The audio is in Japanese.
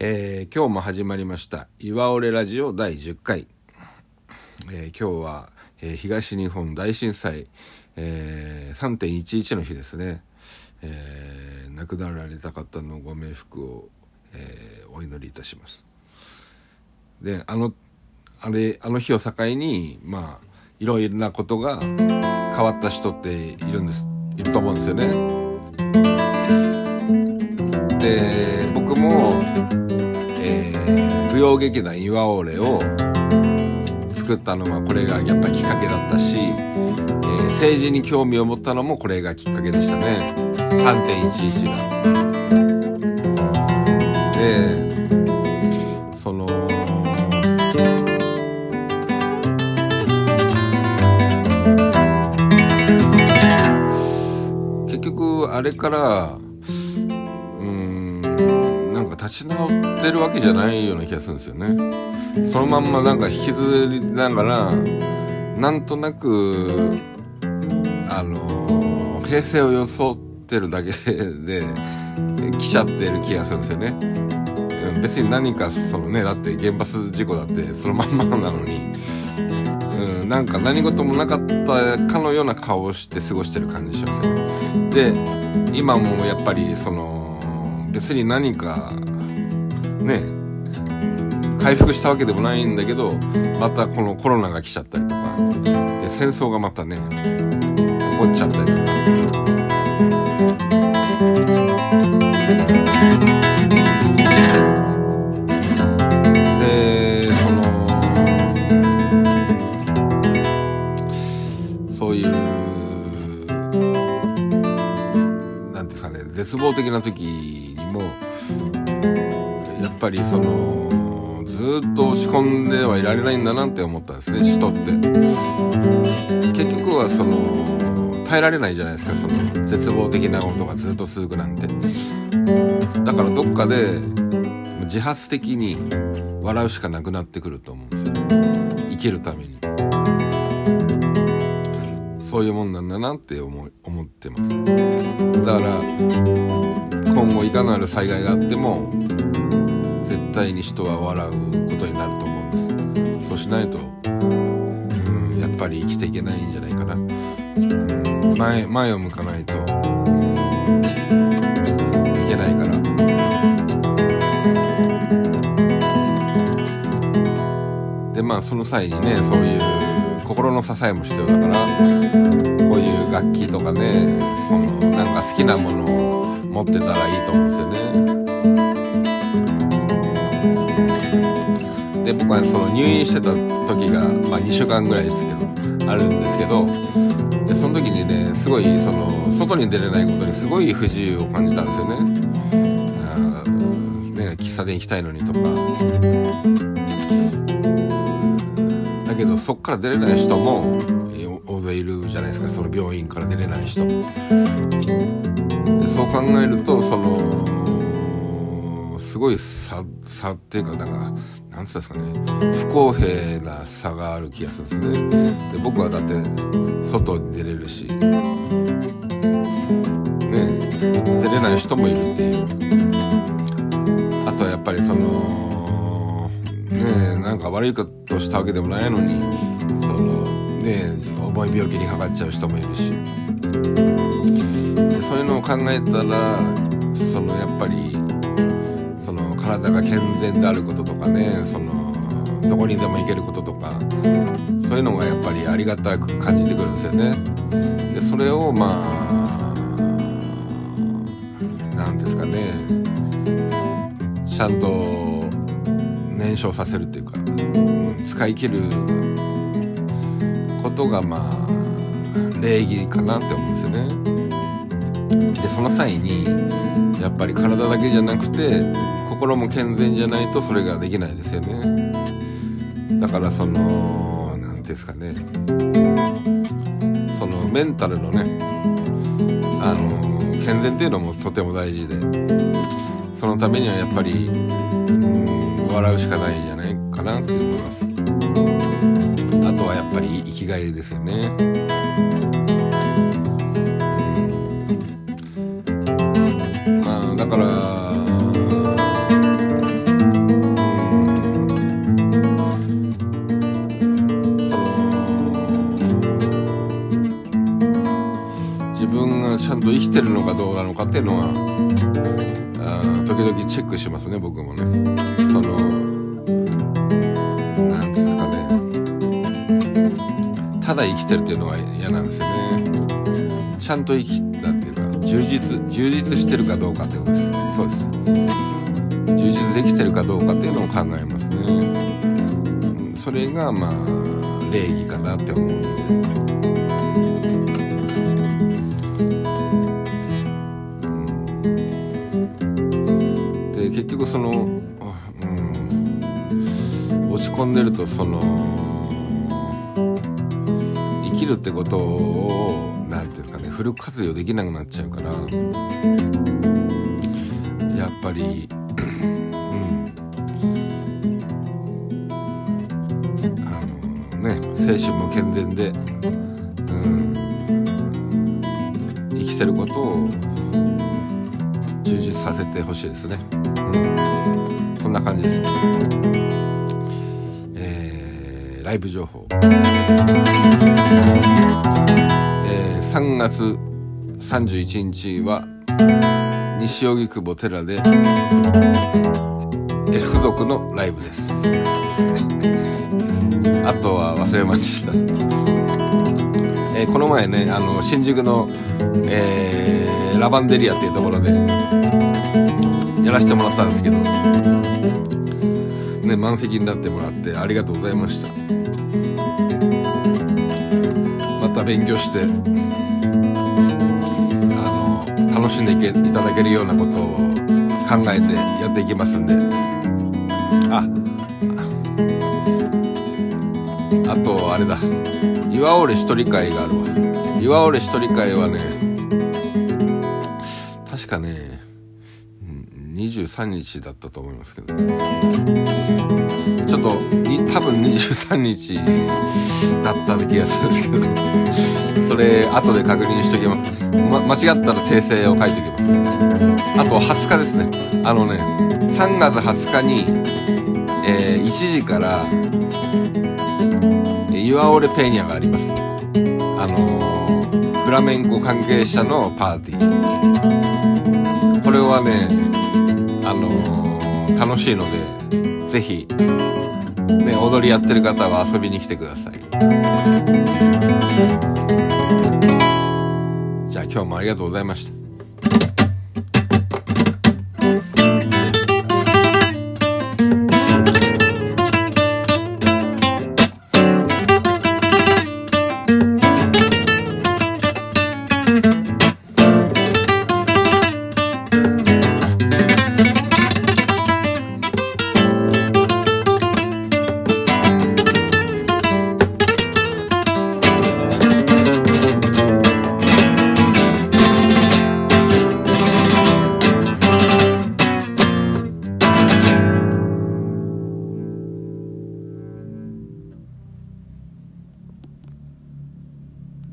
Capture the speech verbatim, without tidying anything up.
えー、今日も始まりました岩折れラジオだいじゅっかい、えー、今日は、えー、東日本大震災、えー、さんてんいちいち の日ですね、えー、亡くなられた方のご冥福を、えー、お祈りいたします。で、あのあれあの日を境にまあいろいろなことが変わった人っているんですいると思うんですよね。で、僕も、えー、舞踊劇団岩折れを作ったのはこれがやっぱりきっかけだったし、えー、政治に興味を持ったのもこれがきっかけでしたね。 さんてんいちいち がで、その結局あれから立ち直ってるわけじゃないような気がするんですよね。そのまんまなんか引きずりながらなんとなくあの平成を装ってるだけで来ちゃってる気がするんですよね。別に何かそのね、だって原発事故だってそのまんまなのに、うん、なんか何事もなかったかのような顔をして過ごしてる感じしますよね。で、今もやっぱりその別に何かね回復したわけでもないんだけど、またこのコロナが来ちゃったりとかで、戦争がまたね起こっちゃったりとかで、そのそういうなんですかね、絶望的な時にもやっぱりそのずっと落ち込んではいられないんだなって思ったんですね。人って結局はその耐えられないじゃないですか、その絶望的なことがずっと続くなんて。だからどっかで自発的に笑うしかなくなってくると思うんですよ、生きるために。そういうもんなんだなって思い、思ってます。だから今後いかなる災害があっても絶対に人は笑うことになると思うんです。そうしないと、うん、やっぱり生きていけないんじゃないかな、うん、前, 前を向かないといけないから。で、まあその際にね、そういう心の支えも必要だから、こういう楽器とかね、そのなんか好きなものを持ってたらいいと思うんですよね。で、僕はその入院してた時が、まあ、にしゅうかんぐらいですけどあるんですけど、でその時にね、すごいその外に出れないことにすごい不自由を感じたんですよね。あね、喫茶店行きたいのにとか。だけどそっから出れない人も大勢いるじゃないですか、その病院から出れない人も。でそう考えると、そのすごい差差っていうか、なんかなんつうんですかね、不公平な差がある気がするんですね。で、僕はだって外に出れるし、ね、出れない人もいるっていう。あとはやっぱりそのね、なんか悪いことしたわけでもないのに、そのね、重い病気にかかっちゃう人もいるし、でそういうのを考えたら、そのやっぱりその体が健全であることとかね、そのどこにでも行けることとか、そういうのがやっぱりありがたく感じてくるんですよね。でそれをまあなんですかね、ちゃんと燃焼させるっていうか、使い切ることがまあ礼儀かなって思うんですよね。でその際にやっぱり体だけじゃなくて心も健全じゃないとそれができないですよね。だからそのなんていうんですかね、そのメンタルのね、あの健全っていうのもとても大事で、そのためにはやっぱり、うん、笑うしかないんじゃないかなって思います。あとはやっぱり生きがいですよね。まあだから時々チェックしますね、僕もね。そのなんですかね、ただ生きてるっていうのは嫌なんですよね。ちゃんと生きたっていうか、充実充実してるかどうかってことです。そうです。充実できてるかどうかっていうのを考えますね。それがまあ礼儀かなって思うので、結局その、うん、落ち込んでるとその生きるってことをなんていうかね、フル活用できなくなっちゃうから、やっぱり、うん、あのね、精神も健全で、うん、生きてることを充実させてほしいですね。うん、そんな感じです、えー、ライブ情報、えー、さんがつさんじゅういちにちは西荻窪寺で F 族のライブですあとは忘れました、えー、この前ね、あの新宿の、えー、ラバンデリアっていうところでやらせてもらったんですけどね、満席になってもらってありがとうございました。また勉強してあの楽しんでいけいただけるようなことを考えてやっていきますんで、ああとあれだ、岩折一人会があるわ。岩折一人会はね、確かねにじゅうさんにちだったと思いますけど、ちょっと多分にじゅうさんにちだった気がするんですけどそれ後で確認しておきます、ま、間違ったら訂正を書いておきます。あとはつかですね、あのねさんがつはつかに、えー、いちじから岩折ペーニャがあります。あのー、フラメンコ関係者のパーティー、これはねあのー、楽しいのでぜひ、ね、踊りやってる方は遊びに来てください。じゃあ今日もありがとうございました。